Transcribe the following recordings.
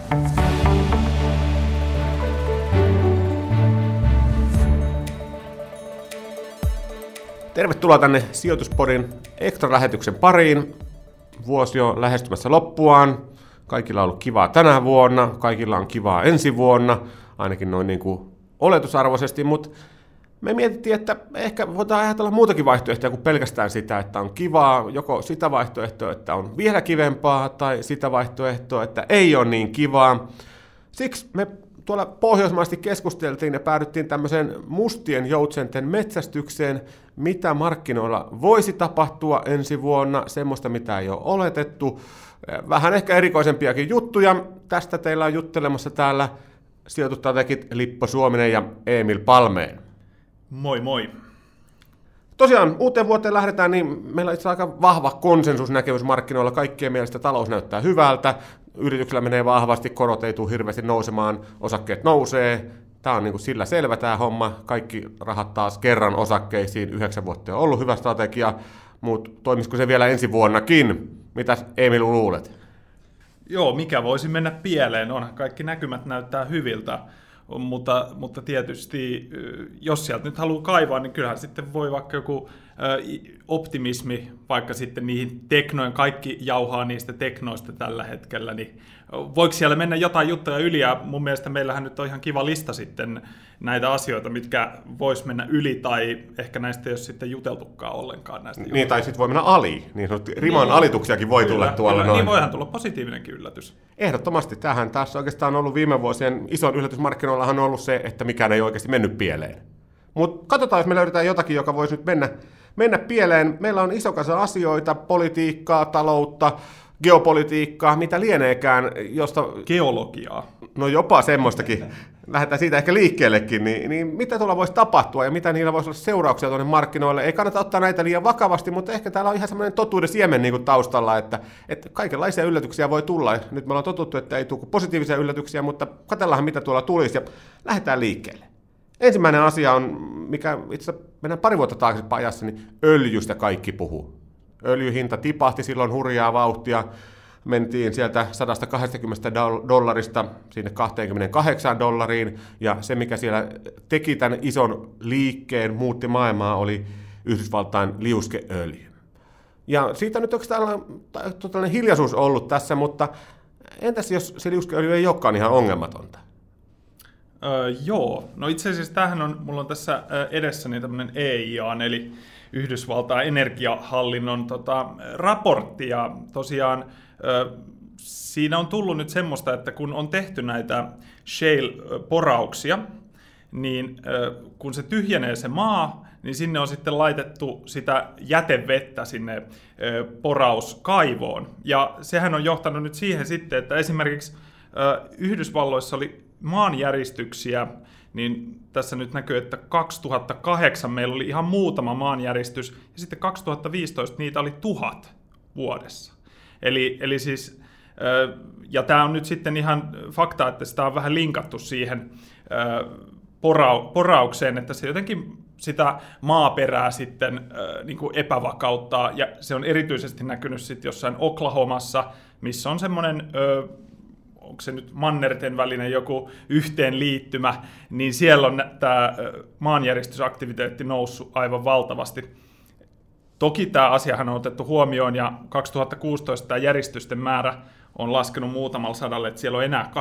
Tervetuloa tänne Sijoituspodin Extra-lähetyksen pariin. Vuosi on lähestymässä loppuaan. Kaikilla on ollut kivaa tänä vuonna, kaikilla on kivaa ensi vuonna, ainakin noin niin kuin oletusarvoisesti, mutta me mietittiin, että ehkä voidaan ajatella muutakin vaihtoehtoja kuin pelkästään sitä, että on kivaa, joko sitä vaihtoehtoa, että on vielä kivempaa, tai sitä vaihtoehtoa, että ei ole niin kivaa. Siksi me tuolla pohjoismaisesti keskusteltiin ja päädyttiin tämmöiseen mustien joutsenten metsästykseen, mitä markkinoilla voisi tapahtua ensi vuonna, semmoista mitä ei ole oletettu. Vähän ehkä erikoisempiakin juttuja. Tästä teillä on juttelemassa täällä sijoitustrategit Lippo Suominen ja Emil Palmeen. Moi moi. Tosiaan uuteen vuoteen lähdetään, niin meillä on itse aika vahva konsensusnäkemys markkinoilla. Kaikkien mielestä talous näyttää hyvältä, yrityksillä menee vahvasti, korot ei tule hirveästi nousemaan, osakkeet nousee. Tämä on niin kuin sillä selvä tämä homma. Kaikki rahat taas kerran osakkeisiin. 9 vuotta on ollut hyvä strategia, mutta toimisiko se vielä ensi vuonnakin? Mitäs Emil luulet? Joo, mikä voisi mennä pieleen? Kaikki näkymät näyttää hyviltä, mutta tietysti jos sieltä nyt haluaa kaivaa, niin kyllähän sitten voi vaikka joku optimismi, vaikka sitten niihin teknojen, kaikki jauhaa niistä teknoista tällä hetkellä, niin voiko siellä mennä jotain juttuja yli, ja mun mielestä meillähän nyt on ihan kiva lista sitten näitä asioita, mitkä vois mennä yli, tai ehkä näistä ei ole sitten juteltukaan ollenkaan näistä. Niin, tai sitten voi mennä ali, niin riman alituksiakin voi tulla tuolla. Niin voihan tulla positiivinenkin yllätys. Ehdottomasti tähän. Tässä oikeastaan on ollut viime vuosien ison yllätysmarkkinoillahan on ollut se, että mikään ei oikeasti mennyt pieleen. Mutta katsotaan, jos me löydetään jotakin, joka voisi nyt mennä pieleen. Meillä on iso kasa asioita, politiikkaa, taloutta, geopolitiikkaa, mitä lieneekään, josta... Geologiaa. No jopa semmoistakin. Lähdetään siitä ehkä liikkeellekin. Niin mitä tuolla voisi tapahtua ja mitä niillä voisi olla seurauksia tuonne markkinoille? Ei kannata ottaa näitä liian vakavasti, mutta ehkä täällä on ihan semmoinen totuuden siemen niin kuin taustalla, että kaikenlaisia yllätyksiä voi tulla. Nyt me ollaan totuttu, että ei tule positiivisia yllätyksiä, mutta katsellaan mitä tuolla tulisi ja lähdetään liikkeelle. Ensimmäinen asia on, mikä itse asiassa mennään pari vuotta taaksepäin ajassa, niin öljystä kaikki puhuu. Öljyhinta tipahti silloin hurjaa vauhtia. Mentiin sieltä $120 sinne $28, ja se mikä siellä teki tämän ison liikkeen, muutti maailmaa, oli Yhdysvaltain liuskeöljy. Ja siitä nyt oikeastaan totaalinen hiljaisuus ollut tässä, mutta entäs jos se liuskeöljy ei olekaan ihan ongelmatonta? Joo, no itse asiassa tämähän on, mulla on tässä edessäni tämmöinen EIA, eli Yhdysvaltain energiahallinnon raportti, ja tosiaan siinä on tullut nyt semmoista, että kun on tehty näitä shale-porauksia, niin kun se tyhjenee se maa, niin sinne on sitten laitettu sitä jätevettä sinne porauskaivoon. Ja sehän on johtanut nyt siihen sitten, että esimerkiksi Yhdysvalloissa oli maanjäristyksiä, niin tässä nyt näkyy, että 2008 meillä oli ihan muutama maanjäristys, ja sitten 2015 niitä oli 1000 vuodessa. Eli siis, ja tämä on nyt sitten ihan fakta, että sitä on vähän linkattu siihen poraukseen, että se jotenkin sitä maaperää sitten niin kuin epävakauttaa, ja se on erityisesti näkynyt sitten jossain Oklahomassa, missä on semmoinen... onko se nyt mannerten välinen joku yhteenliittymä, niin siellä on tämä maanjäristysaktiviteetti noussut aivan valtavasti. Toki tämä asiahan on otettu huomioon, ja 2016 tämä järjestysten määrä on laskenut muutamalla sadalle, että siellä on enää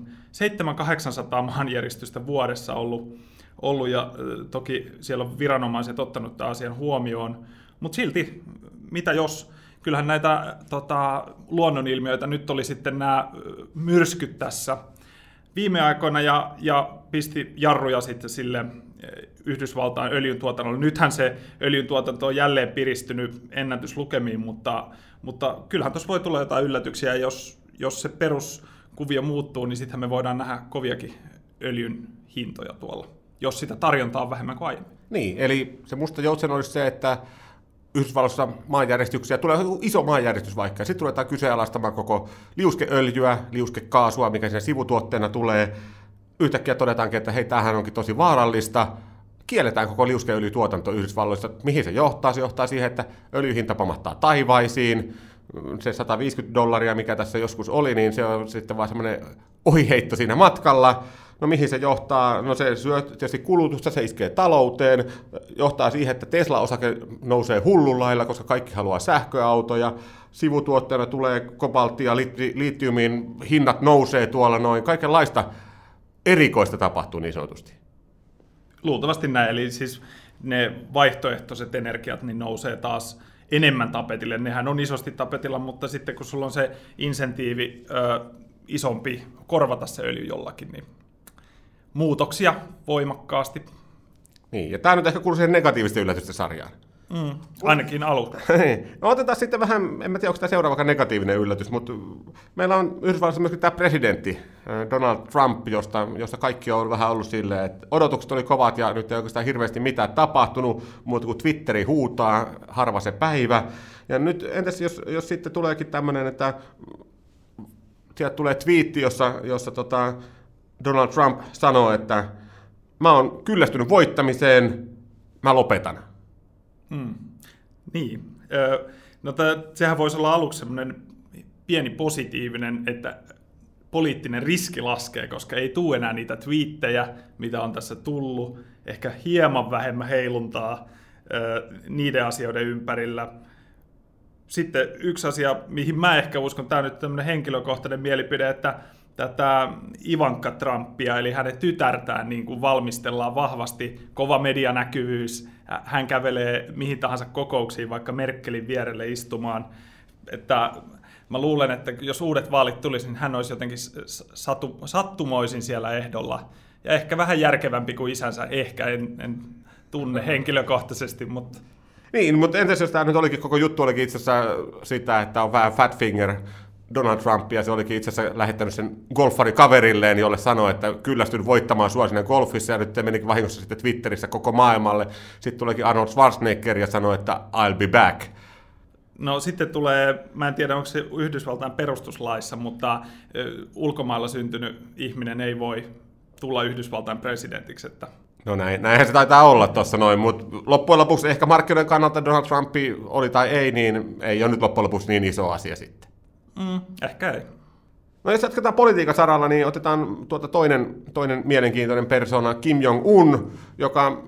700-800 maanjäristystä vuodessa ollut, ja toki siellä on viranomaiset ottanut tämän asian huomioon, mutta silti, mitä jos... Kyllähän näitä luonnonilmiöitä, nyt oli sitten nämä myrskyt tässä viime aikoina ja pisti jarruja sitten sille Yhdysvaltain öljyntuotannolle. Nythän se öljyntuotanto on jälleen piristynyt ennätyslukemiin, mutta kyllähän tuossa voi tulla jotain yllätyksiä. Jos se peruskuvio muuttuu, niin sittenhän me voidaan nähdä koviakin öljyn hintoja tuolla, jos sitä tarjontaa on vähemmän kuin aiemmin. Niin, eli se musta joutsen olisi se, että Yhdysvalloissa maanjäristyksiä, tulee iso maanjäristys vaikka, ja sitten ruvetaan kyseenalaistamaan koko liuskeöljyä, liuskekaasua, mikä sen sivutuotteena tulee. Yhtäkkiä todetaankin, että hei, tämähän onkin tosi vaarallista. Kielletään koko liuskeöljytuotanto Yhdysvalloissa. Mihin se johtaa? Se johtaa siihen, että öljyhinta pamahtaa taivaisiin. Se $150, mikä tässä joskus oli, niin se on sitten vaan semmoinen ohiheitto siinä matkalla. No mihin se johtaa? No se syö tietysti kulutusta, se iskee talouteen, johtaa siihen, että Tesla-osake nousee hullun lailla, koska kaikki haluaa sähköautoja. Sivutuotteena tulee kobalttia, litiumin hinnat nousee tuolla noin. Kaikenlaista erikoista tapahtuu niin sanotusti. Luultavasti näin, eli siis ne vaihtoehtoiset energiat niin nousee taas enemmän tapetille. Nehän on isosti tapetilla, mutta sitten kun sulla on se insentiivi isompi korvata se öljy jollakin, niin muutoksia voimakkaasti. Niin, ja tämä nyt ehkä kuuluu siihen negatiivisten yllätysten sarjaan. Ainakin alusta. No otetaan sitten vähän, en tiedä, onko tämä seuraava negatiivinen yllätys, mutta meillä on Yhdysvalloissa myöskin tämä presidentti Donald Trump, josta kaikki on vähän ollut silleen, että odotukset oli kovat ja nyt ei oikeastaan hirveästi mitään tapahtunut, mutta kun Twitteri huutaa, harva se päivä. Ja nyt entäs jos sitten tuleekin tämmöinen, että sieltä tulee twiitti, jossa Donald Trump sanoo, että mä oon kyllästynyt voittamiseen, mä lopetan. Niin. No sehän voisi olla aluksi semmoinen pieni positiivinen, että poliittinen riski laskee, koska ei tule enää niitä twiittejä, mitä on tässä tullut. Ehkä hieman vähemmän heiluntaa niiden asioiden ympärillä. Sitten yksi asia, mihin mä ehkä uskon, tämä on nyt tämmöinen henkilökohtainen mielipide, että tätä Ivanka Trumpia, eli hänen tytärtään, niin kuin valmistellaan vahvasti, kova medianäkyvyys, hän kävelee mihin tahansa kokouksiin, vaikka Merkelin vierelle istumaan. Että mä luulen, että jos uudet vaalit tulisi, niin hän olisi jotenkin sattumoisin siellä ehdolla. Ja ehkä vähän järkevämpi kuin isänsä, ehkä en tunne henkilökohtaisesti, mutta... Niin, mutta entäs jos tämä nyt olikin, koko juttu olikin itse asiassa sitä, että on vähän fat finger Donald Trump, ja se olikin itse asiassa lähettänyt sen golfari kaverilleen, jolle sanoi, että kyllästynyt voittamaan sua siinä golfissa, ja nyt menikin vahingossa sitten Twitterissä koko maailmalle. Sitten tuleekin Arnold Schwarzenegger ja sanoi, että I'll be back. No sitten tulee, mä en tiedä onko se Yhdysvaltain perustuslaissa, mutta ulkomailla syntynyt ihminen ei voi tulla Yhdysvaltain presidentiksi. Että... No näinhän se taitaa olla tuossa noin, mutta loppujen lopuksi ehkä markkinoiden kannalta Donald Trump oli tai ei, niin ei ole nyt loppujen lopuksi niin iso asia sitten. Ehkä ei. No jos jatketaan politiikan saralla, niin otetaan toinen mielenkiintoinen persona, Kim Jong-un, joka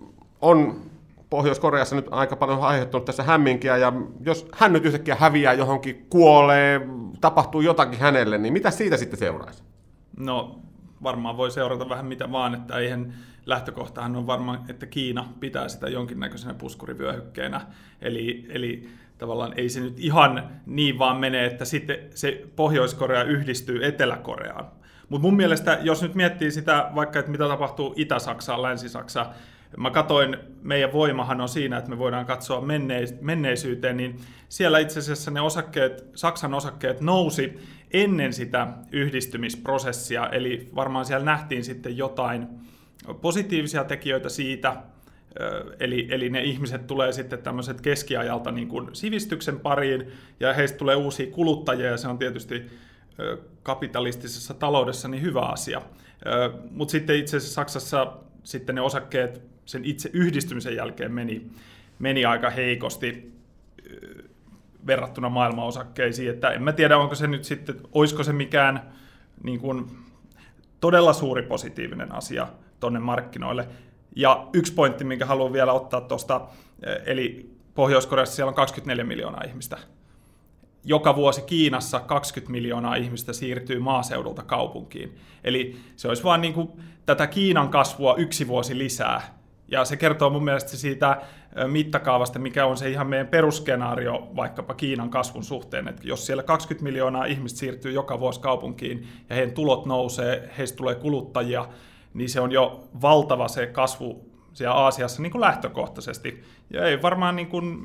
on Pohjois-Koreassa nyt aika paljon aiheuttanut tässä hämminkiä, ja jos hän nyt yhtäkkiä häviää johonkin, kuolee, tapahtuu jotakin hänelle, niin mitä siitä sitten seuraisi? No varmaan voi seurata vähän mitä vaan, että eihän lähtökohtahan on varmaan, että Kiina pitää sitä jonkinnäköisenä puskurivyöhykkeenä, eli tavallaan ei se nyt ihan niin vaan mene, että sitten se Pohjois-Korea yhdistyy Etelä-Koreaan. Mutta mun mielestä, jos nyt miettii sitä vaikka, että mitä tapahtuu Itä-Saksaan, Länsi-Saksaan, mä katsoin, meidän voimahan on siinä, että me voidaan katsoa menneisyyteen, niin siellä itse asiassa ne Saksan osakkeet nousi ennen sitä yhdistymisprosessia, eli varmaan siellä nähtiin sitten jotain positiivisia tekijöitä siitä, eli ne ihmiset tulee sitten tämmöiset keskiajalta niin kuin sivistyksen pariin, ja heistä tulee uusia kuluttajia, ja se on tietysti kapitalistisessa taloudessa niin hyvä asia. Mutta sitten itse asiassa Saksassa sitten ne osakkeet sen itse yhdistymisen jälkeen meni aika heikosti verrattuna maailman osakkeisiin, että en mä tiedä, onko se nyt sitten, olisiko se mikään niin kuin todella suuri positiivinen asia tonne markkinoille. Ja yksi pointti, minkä haluan vielä ottaa tuosta, eli Pohjois-Koreassa siellä on 24 miljoonaa ihmistä. Joka vuosi Kiinassa 20 miljoonaa ihmistä siirtyy maaseudulta kaupunkiin. Eli se olisi vaan niin kuin tätä Kiinan kasvua yksi vuosi lisää. Ja se kertoo mun mielestä siitä mittakaavasta, mikä on se ihan meidän perusskenaario vaikkapa Kiinan kasvun suhteen. Että jos siellä 20 miljoonaa ihmistä siirtyy joka vuosi kaupunkiin ja heidän tulot nousee, heistä tulee kuluttajia, niin se on jo valtava se kasvu siellä Aasiassa niin kuin lähtökohtaisesti. Ja ei varmaan niin kuin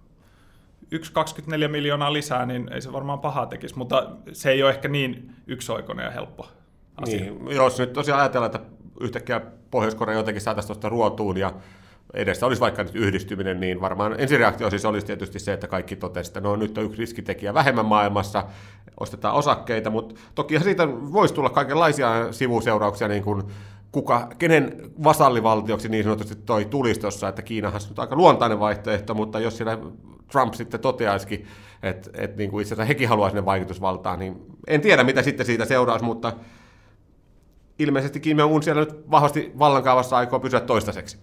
24 miljoonaa lisää, niin ei se varmaan pahaa tekisi, mutta se ei ole ehkä niin yksioikoinen ja helppo asia. Niin, jos nyt tosiaan ajatellaan, että yhtäkkiä Pohjois-Korea jotenkin saataisiin tuosta ruotuun ja edessä olisi vaikka nyt yhdistyminen, niin varmaan ensireaktio siis olisi tietysti se, että kaikki totesivat, että no nyt on yksi riskitekijä vähemmän maailmassa, ostetaan osakkeita, mutta toki siitä voisi tulla kaikenlaisia sivuseurauksia, niin kuin kenen vasallivaltioksi niin sanotusti toi tulisi tuossa, että Kiinahan on aika luontainen vaihtoehto, mutta jos siellä Trump sitten toteaisikin, että niin kuin itse asiassa hekin haluaa sinne vaikutusvaltaan, niin en tiedä mitä sitten siitä seuraisi, mutta ilmeisesti Kim Jong-un siellä nyt vahvasti vallankaavassa aikoo pysyä toistaiseksi.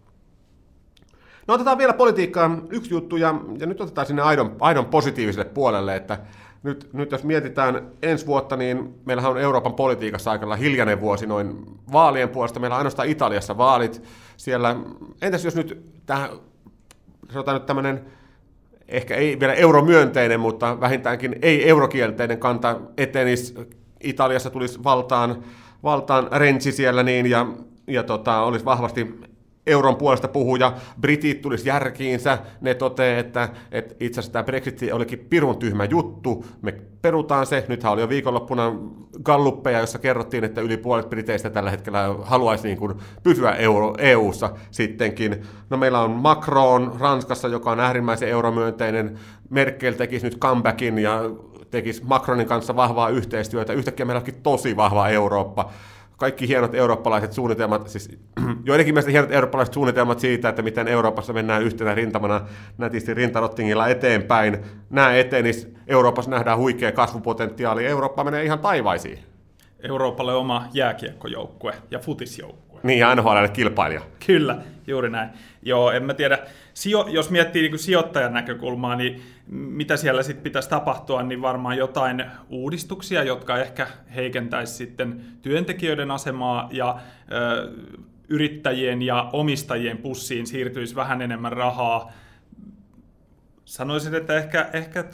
No otetaan vielä politiikkaan yksi juttu, ja nyt otetaan sinne aidon positiiviselle puolelle, että nyt jos mietitään ensi vuotta, niin meillähän on Euroopan politiikassa aika hiljainen vuosi noin vaalien puolesta. Meillä on ainoastaan Italiassa vaalit siellä. Entäs jos nyt tähän, sanotaan nyt tämmöinen, ehkä ei vielä euromyönteinen, mutta vähintäänkin ei-eurokielteinen kanta etenisi, Italiassa tulisi valtaan Renzi siellä niin, ja olisi vahvasti euron puolesta puhuja, britit tulisi järkiinsä, ne toteaa, että itse asiassa tämä Brexit olikin pirun tyhmä juttu, me perutaan se, nythän oli jo viikonloppuna galluppeja, jossa kerrottiin, että yli puolet briteistä tällä hetkellä haluaisi niin kuin pysyä EU:ssa sittenkin. No meillä on Macron Ranskassa, joka on äärimmäisen euromyönteinen, Merkel tekisi nyt comebackin ja tekisi Macronin kanssa vahvaa yhteistyötä, yhtäkkiä meillä onkin tosi vahva Eurooppa. Kaikki hienot eurooppalaiset suunnitelmat, siis joidenkin mielestä hienot eurooppalaiset suunnitelmat siitä, että miten Euroopassa mennään yhtenä rintamana nätisti rintarottingilla eteenpäin. Nämä etenis, Euroopassa nähdään huikea kasvupotentiaali, Eurooppa menee ihan taivaisiin. Euroopalle oma jääkiekkojoukkue ja futisjoukkue. Niin, ja NHL:lle kilpailija. Kyllä, juuri näin. Joo, en mä tiedä. Jos miettii niin kuin sijoittajan näkökulmaa, niin mitä siellä sitten pitäisi tapahtua, niin varmaan jotain uudistuksia, jotka ehkä heikentäisi sitten työntekijöiden asemaa ja yrittäjien ja omistajien pussiin siirtyisi vähän enemmän rahaa. Sanoisin, että ehkä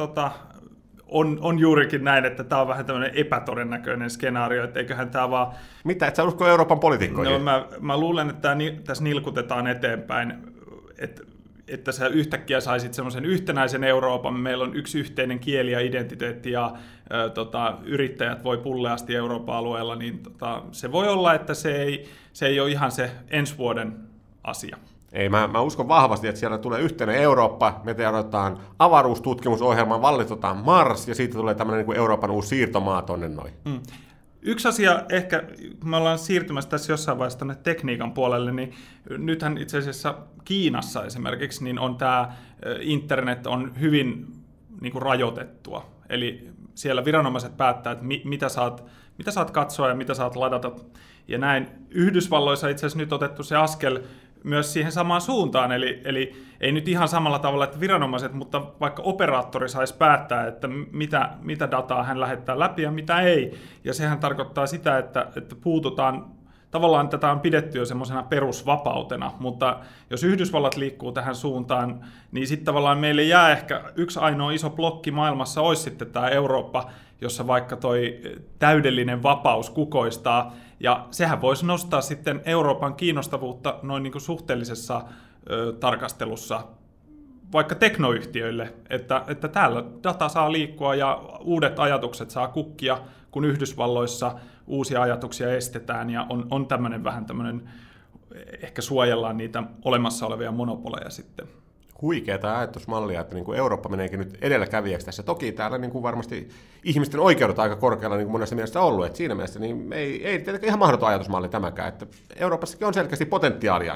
on juurikin näin, että tämä on vähän tämmöinen epätodennäköinen skenaario, että eiköhän tämä vaan... Mitä, et sä usko Euroopan poliitikkoihin? No, mä luulen, että tässä nilkutetaan eteenpäin, että sä yhtäkkiä saisit semmoisen yhtenäisen Euroopan, meillä on yksi yhteinen kieli ja identiteetti ja yrittäjät voi pulleasti Euroopan alueella, niin se voi olla, että se ei ole ihan se ensi vuoden asia. Ei, mä uskon vahvasti, että siellä tulee yhteinen Eurooppa, me tehdään avaruustutkimusohjelman, vallitetaan Mars, ja siitä tulee tämmöinen niin kuin Euroopan uusi siirtomaa tonne noin. Yksi asia ehkä, me ollaan siirtymässä tässä jossain vaiheessa tuonne tekniikan puolelle, niin nythän itse asiassa Kiinassa esimerkiksi niin on tämä internet on hyvin niin kuin rajoitettua. Eli siellä viranomaiset päättää, että mitä saat katsoa ja mitä saat ladata. Ja näin Yhdysvalloissa itse asiassa nyt otettu se askel myös siihen samaan suuntaan, eli ei nyt ihan samalla tavalla, että viranomaiset, mutta vaikka operaattori saisi päättää, että mitä dataa hän lähettää läpi ja mitä ei. Ja sehän tarkoittaa sitä, että puututaan, tavallaan tätä on pidetty jo semmoisena perusvapautena, mutta jos Yhdysvallat liikkuu tähän suuntaan, niin sitten tavallaan meille jää ehkä yksi ainoa iso blokki maailmassa, olisi sitten tämä Eurooppa, jossa vaikka toi täydellinen vapaus kukoistaa, ja sehän voisi nostaa sitten Euroopan kiinnostavuutta noin niin kuin suhteellisessa tarkastelussa vaikka teknoyhtiöille, että täällä data saa liikkua ja uudet ajatukset saa kukkia, kun Yhdysvalloissa uusia ajatuksia estetään ja on vähän tämmöinen, ehkä suojellaan niitä olemassa olevia monopoleja sitten. Huikeaa ajatusmallia, että niin kuin Eurooppa meneekin nyt edelläkävijäksi tässä. Toki täällä niin kuin varmasti ihmisten oikeudet aika korkealla niin kuin monessa mielessä ollut, että siinä mielessä niin ei tietenkään ihan mahdoton ajatusmalli tämäkään, että Euroopassakin on selkeästi potentiaalia.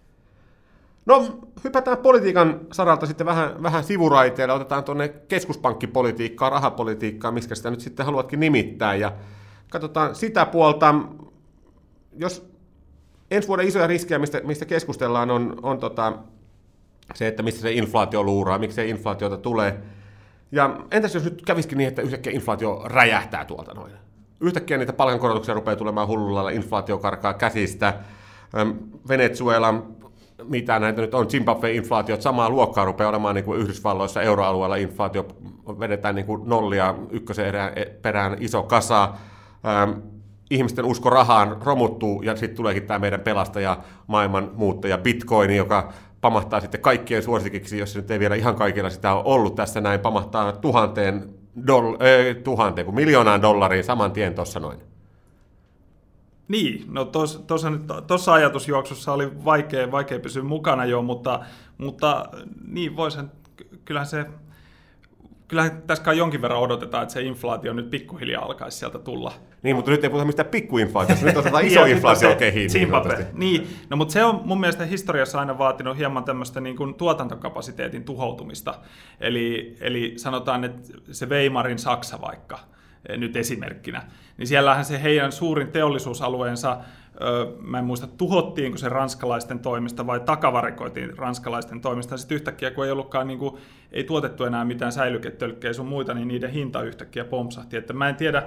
No, hypätään politiikan saralta sitten vähän sivuraiteille, otetaan tuonne keskuspankkipolitiikkaa, rahapolitiikkaa, miskä sitä nyt sitten haluatkin nimittää, ja katsotaan sitä puolta, jos ensi vuoden isoja riskejä, mistä keskustellaan, on se, että mistä se inflaatio luuraa, miksi se inflaatiota tulee. Ja entäs jos nyt kävisikin niin, että yhtäkkiä inflaatio räjähtää tuolta noin? Yhtäkkiä niitä palkankorotuksia rupeaa tulemaan hullulla, inflaatio karkaa käsistä. Venezuelan, mitä näitä nyt on, Zimbabwe-inflaatiot, samaa luokkaa rupeaa olemaan niin kuin Yhdysvalloissa, euroalueella inflaatio vedetään niin kuin nollia ykkösen perään iso kasa. Ihmisten usko rahaan romuttuu, ja sitten tuleekin tämä meidän pelastaja, maailman muuttaja Bitcoin, joka pamahtaa sitten kaikkien suosikiksi, jos se nyt ei vielä ihan kaikilla sitä ole ollut tässä näin, pamahtaa $1,000 miljoonaan dollariin saman tien tuossa noin. Niin, no tuossa ajatusjuoksussa oli vaikea pysyä mukana jo, mutta niin voisin, kyllähän tässä jonkin verran odotetaan, että se inflaatio nyt pikkuhiljaa alkaisi sieltä tulla. Niin, mutta nyt ei puhuta mistään pikkuinflaatiosta, nyt otetaan iso inflaatio kehiin. Niin, no mutta se on mun mielestä historiassa aina vaatinut hieman tämmöistä niin kuin tuotantokapasiteetin tuhoutumista. Eli sanotaan, että se Weimarin Saksa vaikka, nyt esimerkkinä. Niin siellähän se heidän suurin teollisuusalueensa, mä en muista, tuhottiinko se ranskalaisten toimesta vai takavarikoitiin ranskalaisten toimesta. Sitten yhtäkkiä, kun ei ollutkaan, niin kuin, ei tuotettu enää mitään säilyketölkkejä sun muita, niin niiden hinta yhtäkkiä pompsahti. Että mä en tiedä,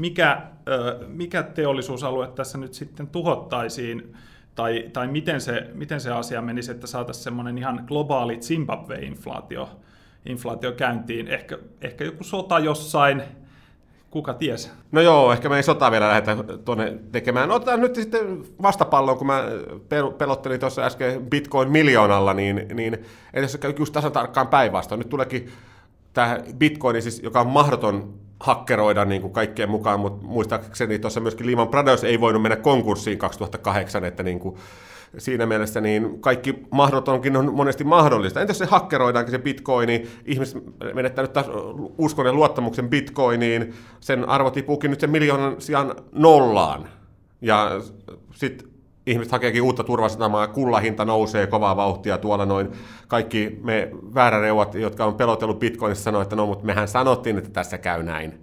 mikä teollisuusalue tässä nyt sitten tuhottaisiin, tai miten se asia menisi, että saataisiin semmoinen ihan globaali Zimbabwe-inflaatio käyntiin. Ehkä joku sota jossain, kuka ties? No joo, ehkä me ei sotaa vielä lähdetä tuonne tekemään. Otetaan nyt sitten vastapalloon, kun mä pelottelin tuossa äsken Bitcoin miljoonalla, niin ei tässä käy just tasan tarkkaan päinvastoin. Nyt tuleekin tämä Bitcoin, siis, joka on mahdoton hakkeroida niin kuin kaikkeen mukaan, mutta muistaakseni tuossa myöskin Lehman Brothers ei voinut mennä konkurssiin 2008, että niin kuin siinä mielessä niin kaikki mahdotonkin on monesti mahdollista. Entä jos se hakkeroidaankin se Bitcoin, niin ihmiset menettää nyt taas uskon ja luottamuksen Bitcoiniin, sen arvo tipuukin nyt sen miljoonan sijaan nollaan. Ja sitten ihmiset hakeekin uutta turvasatamaa, kullahinta nousee kovaa vauhtia tuolla noin. Kaikki me vääräreuvat, jotka on pelotellut Bitcoinissa, sanoo, että no, mutta mehän sanottiin, että tässä käy näin.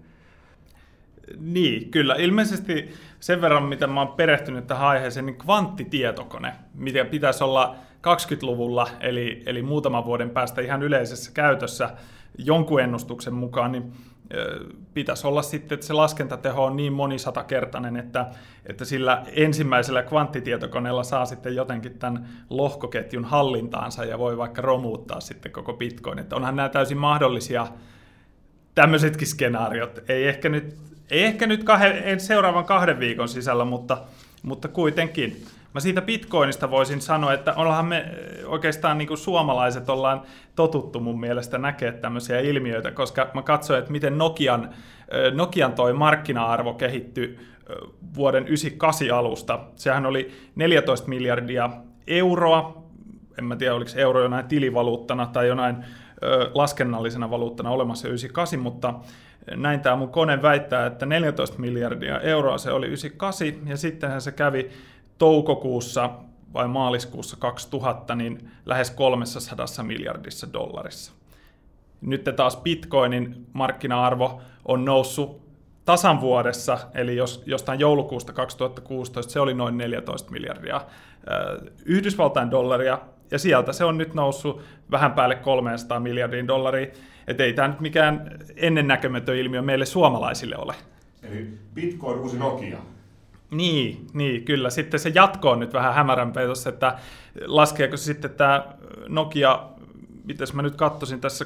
Niin, kyllä. Ilmeisesti sen verran, mitä mä oon perehtynyt tähän aiheeseen, niin kvanttitietokone, mitä pitäisi olla 20-luvulla, eli muutaman vuoden päästä ihan yleisessä käytössä jonkun ennustuksen mukaan, niin pitäisi olla sitten, että se laskentateho on niin monisatakertainen, että sillä ensimmäisellä kvanttitietokoneella saa sitten jotenkin tämän lohkoketjun hallintaansa ja voi vaikka romuuttaa sitten koko Bitcoin. Että onhan nämä täysin mahdollisia tämmöisetkin skenaariot. Ei ehkä nyt seuraavan 2 viikon sisällä, mutta kuitenkin. Mä siitä Bitcoinista voisin sanoa, että ollaanhan me oikeastaan niin kuin suomalaiset ollaan totuttu mun mielestä näkemään tämmöisiä ilmiöitä, koska mä katsoin, että miten Nokian toi markkina-arvo kehittyi vuoden 1998 alusta. Sehän oli 14 miljardia euroa, en mä tiedä oliko euro jonain tilivaluuttana tai jonain laskennallisena valuuttana olemassa 98, mutta näin tämä mun kone väittää, että 14 miljardia euroa se oli 98, ja sittenhän se kävi toukokuussa vai maaliskuussa 2000 niin lähes 300 miljardissa dollarissa. Nyt taas Bitcoinin markkina-arvo on noussut tasan vuodessa, eli jostain joulukuusta 2016 se oli noin 14 miljardia Yhdysvaltain dollaria, ja sieltä se on nyt noussut vähän päälle 300 miljardiin dollaria, et ei tämä nyt mikään ennennäkemätön ilmiö meille suomalaisille ole. Eli Bitcoin uusi Nokia. Niin, kyllä. Sitten se jatko on nyt vähän hämärämpää tuossa, että laskeeko se sitten tämä Nokia, mitäs mä nyt katsoisin tässä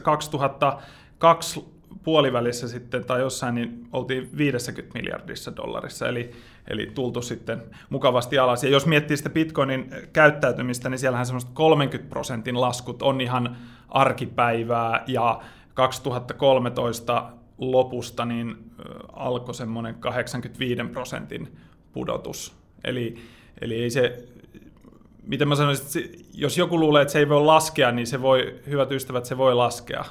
2002 puolivälissä sitten tai jossain, niin oltiin 50 miljardissa dollarissa, eli tultu sitten mukavasti alas. Ja jos miettii sitä Bitcoinin käyttäytymistä, niin siellähän semmoista 30% laskut on ihan arkipäivää, ja 2013 lopusta niin alkoi semmoinen 85% pudotus. Eli ei se, miten mä sanoisin, että jos joku luulee, että se ei voi laskea, niin se voi, hyvät ystävät, se voi laskea.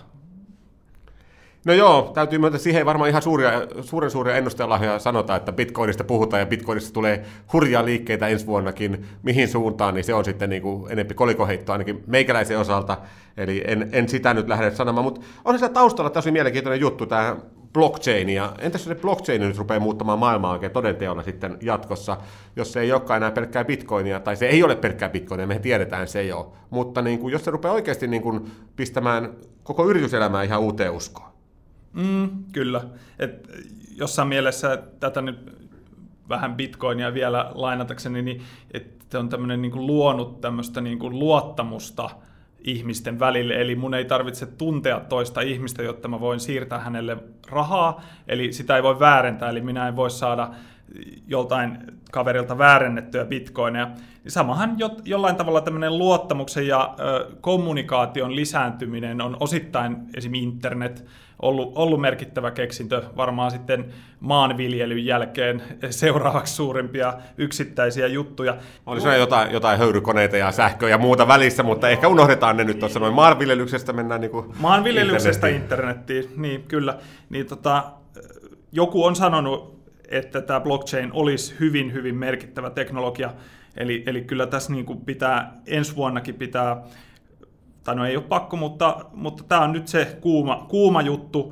No joo, täytyy myöntää, siihen ei varmaan ihan suuria ennustelahjoja sanota, että Bitcoinista puhutaan ja Bitcoinista tulee hurjaa liikkeitä ensi vuonnakin, mihin suuntaan, niin se on sitten niin kuin enemmän kolikoheittoa ainakin meikäläisen osalta, eli en sitä nyt lähde sanomaan, mutta on siellä taustalla tosi mielenkiintoinen juttu, tämä blockchain, ja entäs se blockchain nyt rupeaa muuttamaan maailmaa oikein todenteolla sitten jatkossa, jos se ei olekaan enää pelkkää Bitcoinia, tai se ei ole pelkkää Bitcoinia, me tiedetään se jo, mutta niin kuin, jos se rupeaa oikeasti niin kuin pistämään koko yrityselämää ihan uuteen uskoon. Kyllä. Et jossain mielessä tätä nyt vähän Bitcoinia vielä lainatakseni, niin että on tämmöinen niin kuin luonut tämmöistä niin kuin luottamusta ihmisten välille, eli mun ei tarvitse tuntea toista ihmistä, jotta mä voin siirtää hänelle rahaa, eli sitä ei voi väärentää, eli minä en voi saada joltain kaverilta väärennettyä bitcoineja. Samahan jollain tavalla tämmöinen luottamuksen ja kommunikaation lisääntyminen on osittain esimerkiksi internet ollut merkittävä keksintö, varmaan sitten maanviljelyn jälkeen seuraavaksi suurimpia yksittäisiä juttuja. Oli se jotain höyrykoneita ja sähköä ja muuta välissä, mutta ehkä unohdetaan ne nyt tuossa noin maanviljelyksestä mennään niin kuin maanviljelyksestä internettiin, niin kyllä. Niin joku on sanonut, että tämä blockchain olisi hyvin, hyvin merkittävä teknologia, eli kyllä tässä niin kuin pitää ensi vuonnakin tai no ei ole pakko, mutta tämä on nyt se kuuma juttu,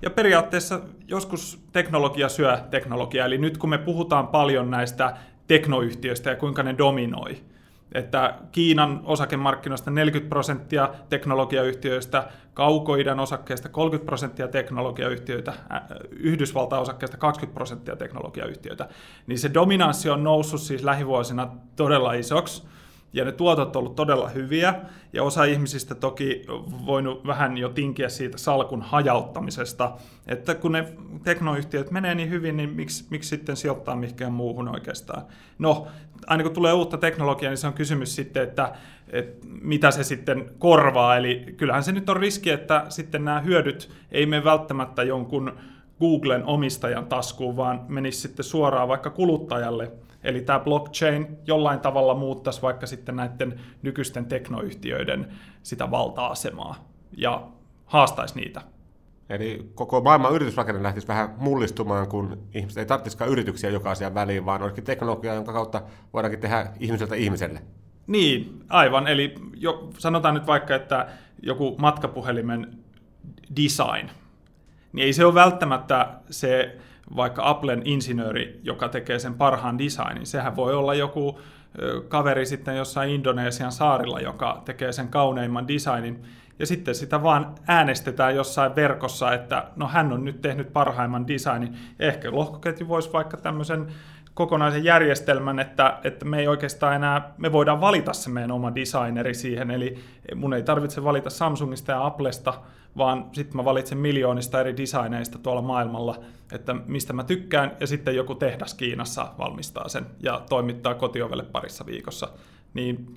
Ja periaatteessa joskus teknologia syö teknologiaa, eli nyt kun me puhutaan paljon näistä teknoyhtiöistä ja kuinka ne dominoi, että Kiinan osakemarkkinoista 40% teknologiayhtiöistä, Kaukoidän osakkeista 30% teknologiayhtiöitä, Yhdysvaltain osakkeista 20% teknologiayhtiöitä, niin se dominanssi on noussut siis lähivuosina todella isoksi, ja ne tuotot on ollut todella hyviä, ja osa ihmisistä toki voinut vähän jo tinkiä siitä salkun hajauttamisesta, että kun ne teknoyhtiöt menee niin hyvin, niin miksi sitten sijoittaa mihinkään muuhun oikeastaan? No, aina kun tulee uutta teknologiaa, niin se on kysymys sitten, että mitä se sitten korvaa, eli kyllähän se nyt on riski, että sitten nämä hyödyt ei mene välttämättä jonkun Googlen omistajan taskuun, vaan menisi sitten suoraan vaikka kuluttajalle. Eli tämä blockchain jollain tavalla muuttaisi vaikka sitten näiden nykyisten teknoyhtiöiden sitä valta-asemaa ja haastaisi niitä. Eli koko maailman yritysrakenne lähtisi vähän mullistumaan, kun ihmiset ei tarvitsisikaan yrityksiä joka asian väliin, vaan olisikin teknologia, jonka kautta voidaankin tehdä ihmiseltä ihmiselle. Niin, aivan. Eli sanotaan nyt vaikka, että joku matkapuhelimen design, niin ei se ole välttämättä se vaikka Applen insinööri, joka tekee sen parhaan designin. Sehän voi olla joku kaveri sitten jossain Indonesian saarilla, joka tekee sen kauneimman designin. Ja sitten sitä vaan äänestetään jossain verkossa, että no hän on nyt tehnyt parhaimman designin. Ehkä lohkoketju voisi vaikka tämmöisen kokonaisen järjestelmän, että me ei oikeastaan enää, me voidaan valita se meidän oma designeri siihen, eli mun ei tarvitse valita Samsungista ja Applesta, vaan sitten mä valitsen miljoonista eri designeista tuolla maailmalla, että mistä mä tykkään, ja sitten joku tehdas Kiinassa valmistaa sen ja toimittaa kotiovelle parissa viikossa. Niin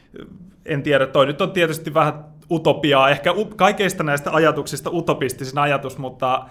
en tiedä, toi nyt on tietysti vähän utopiaa, ehkä kaikista näistä ajatuksista utopistisin ajatus, mutta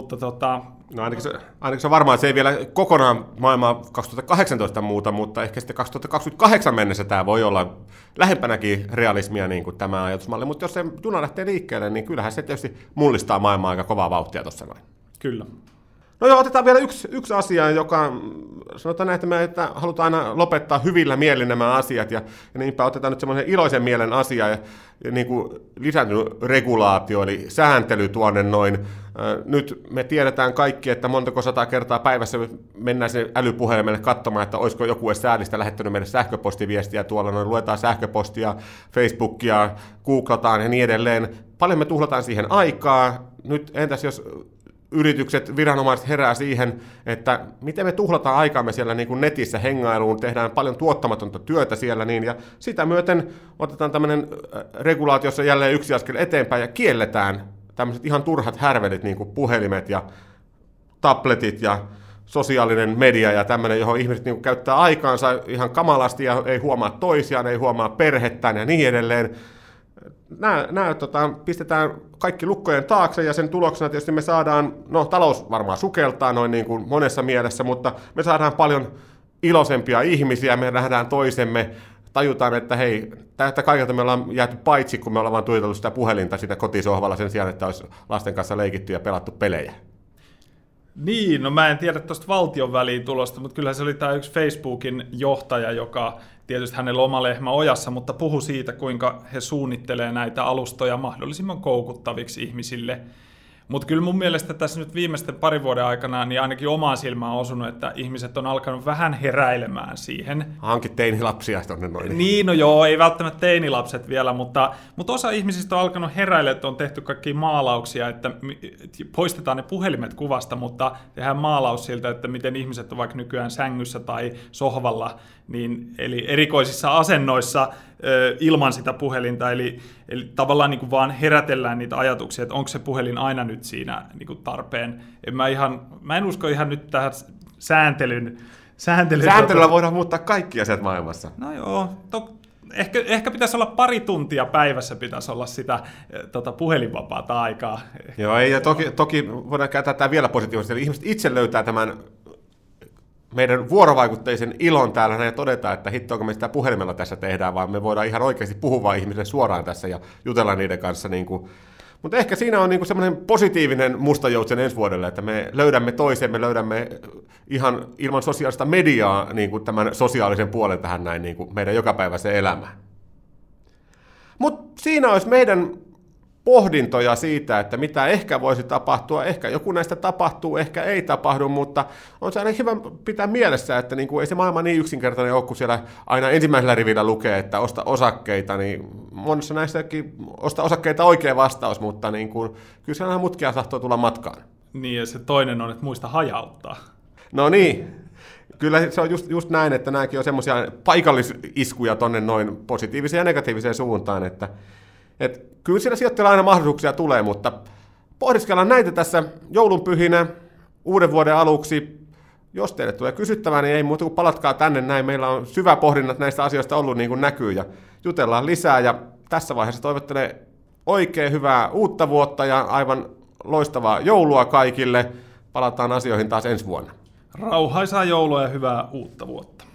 no ainakin se on varmaan, että se ei vielä kokonaan maailmaa 2018 muuta, mutta ehkä sitten 2028 mennessä tämä voi olla lähempänäkin realismia niin kuin tämä ajatusmalli, mutta jos se juna lähtee liikkeelle, niin kyllähän se tietysti mullistaa maailmaa aika kovaa vauhtia tuossa noin. Kyllä. No joo, otetaan vielä yksi asia, joka sanotaan näin, että halutaan aina lopettaa hyvillä mielin nämä asiat, ja niinpä otetaan nyt semmoinen iloisen mielen asia, ja niin kuin lisääntynyt regulaatio, eli sääntely tuonne noin. Nyt me tiedetään kaikki, että montako 100 kertaa päivässä mennään sinne älypuhelimelle katsomaan, että olisiko joku edes säälistä lähettänyt meille sähköpostiviestiä tuolla, noin luetaan sähköpostia, Facebookia, googlataan ja niin edelleen. Paljon me tuhlataan siihen aikaa. Nyt entäs jos yritykset, viranomaiset herää siihen, että miten me tuhlataan aikaamme siellä niin kuin netissä hengailuun, tehdään paljon tuottamatonta työtä siellä, niin, ja sitä myöten otetaan tämmöinen regulaatiossa jälleen yksi askel eteenpäin ja kielletään tämmöiset ihan turhat härvelit, niin kuin puhelimet ja tabletit ja sosiaalinen media ja tämmöinen, johon ihmiset niin kuin käyttää aikaansa ihan kamalasti ja ei huomaa toisiaan, ei huomaa perhettään ja niin edelleen. Nämä pistetään kaikki lukkojen taakse ja sen tuloksena tietysti me saadaan, no talous varmaan sukeltaa noin niin kuin monessa mielessä, mutta me saadaan paljon iloisempia ihmisiä, me nähdään toisemme, tajutaan, että hei, tästä kaikilta me ollaan jääty paitsi, kun me ollaan vaan tuitellut sitä puhelinta sitä kotisohvalla sen sijaan, että olisi lasten kanssa leikitty ja pelattu pelejä. Niin, no mä en tiedä tuosta valtion väliin tulosta, mutta kyllä se oli tämä yksi Facebookin johtaja, joka tietysti hänellä oma lehmä ojassa, mutta puhui siitä, kuinka he suunnittelee näitä alustoja mahdollisimman koukuttaviksi ihmisille. Mutta kyllä mun mielestä tässä nyt viimeisten parin vuoden aikana niin ainakin omaan silmään on osunut, että ihmiset on alkanut vähän heräilemään siihen. Hankit teinilapsia tuonne noin. Niin, no joo, ei välttämättä teinilapset vielä, mutta osa ihmisistä on alkanut heräillä, että on tehty kaikkia maalauksia, että poistetaan ne puhelimet kuvasta, mutta tehdään maalaus siltä, että miten ihmiset on vaikka nykyään sängyssä tai sohvalla, niin, eli erikoisissa asennoissa ilman sitä puhelinta, eli tavallaan niin kuin vaan herätellään niitä ajatuksia, että onko se puhelin aina nyt siinä niin kuin tarpeen. Mä en usko ihan nyt tähän Sääntelyllä voidaan muuttaa kaikki asiat maailmassa. No joo, ehkä pitäisi olla 2 tuntia päivässä pitäisi olla sitä puhelinvapaata aikaa. Joo, ja toki voidaan käyttää tämä vielä positiivisesti, eli ihmiset itse löytää tämän meidän vuorovaikutteisen ilon täällä ja todeta, että hittoako me sitä puhelimella tässä tehdään, vaan me voidaan ihan oikeasti puhua ihmisille suoraan tässä ja jutella niiden kanssa. Niin kuin. Mutta ehkä siinä on niin kuin semmoinen positiivinen mustajoutsen ensi vuodelle, että me löydämme toisemme, löydämme ihan ilman sosiaalista mediaa niin kuin tämän sosiaalisen puolen tähän näin niin kuin meidän jokapäiväiseen elämään. Mutta siinä olisi meidän pohdintoja siitä, että mitä ehkä voisi tapahtua. Ehkä joku näistä tapahtuu, ehkä ei tapahdu, mutta on se aina hyvä pitää mielessä, että niin kuin ei se maailma niin yksinkertainen ole, kun siellä aina ensimmäisellä rivillä lukee, että osta osakkeita, niin monessa näissäkin osta osakkeita oikea vastaus, mutta niin kuin, kyllä siellä mutkia sahtoo tulla matkaan. Niin, ja se toinen on, että muista hajauttaa. No niin. Kyllä se on just näin, että nämäkin on semmoisia paikallisiskuja tonne noin positiiviseen ja negatiiviseen suuntaan, että kyllä siellä sijoittajilla aina mahdollisuuksia tulee, mutta pohdiskellaan näitä tässä joulunpyhinä, uuden vuoden aluksi. Jos teille tulee kysyttävää, niin ei muuta kuin palatkaa tänne näin. Meillä on syvä pohdinnat näistä asioista ollut niin kuin näkyy ja jutellaan lisää. Ja tässä vaiheessa toivottelen oikein hyvää uutta vuotta ja aivan loistavaa joulua kaikille. Palataan asioihin taas ensi vuonna. Rauhaisaa joulua ja hyvää uutta vuotta.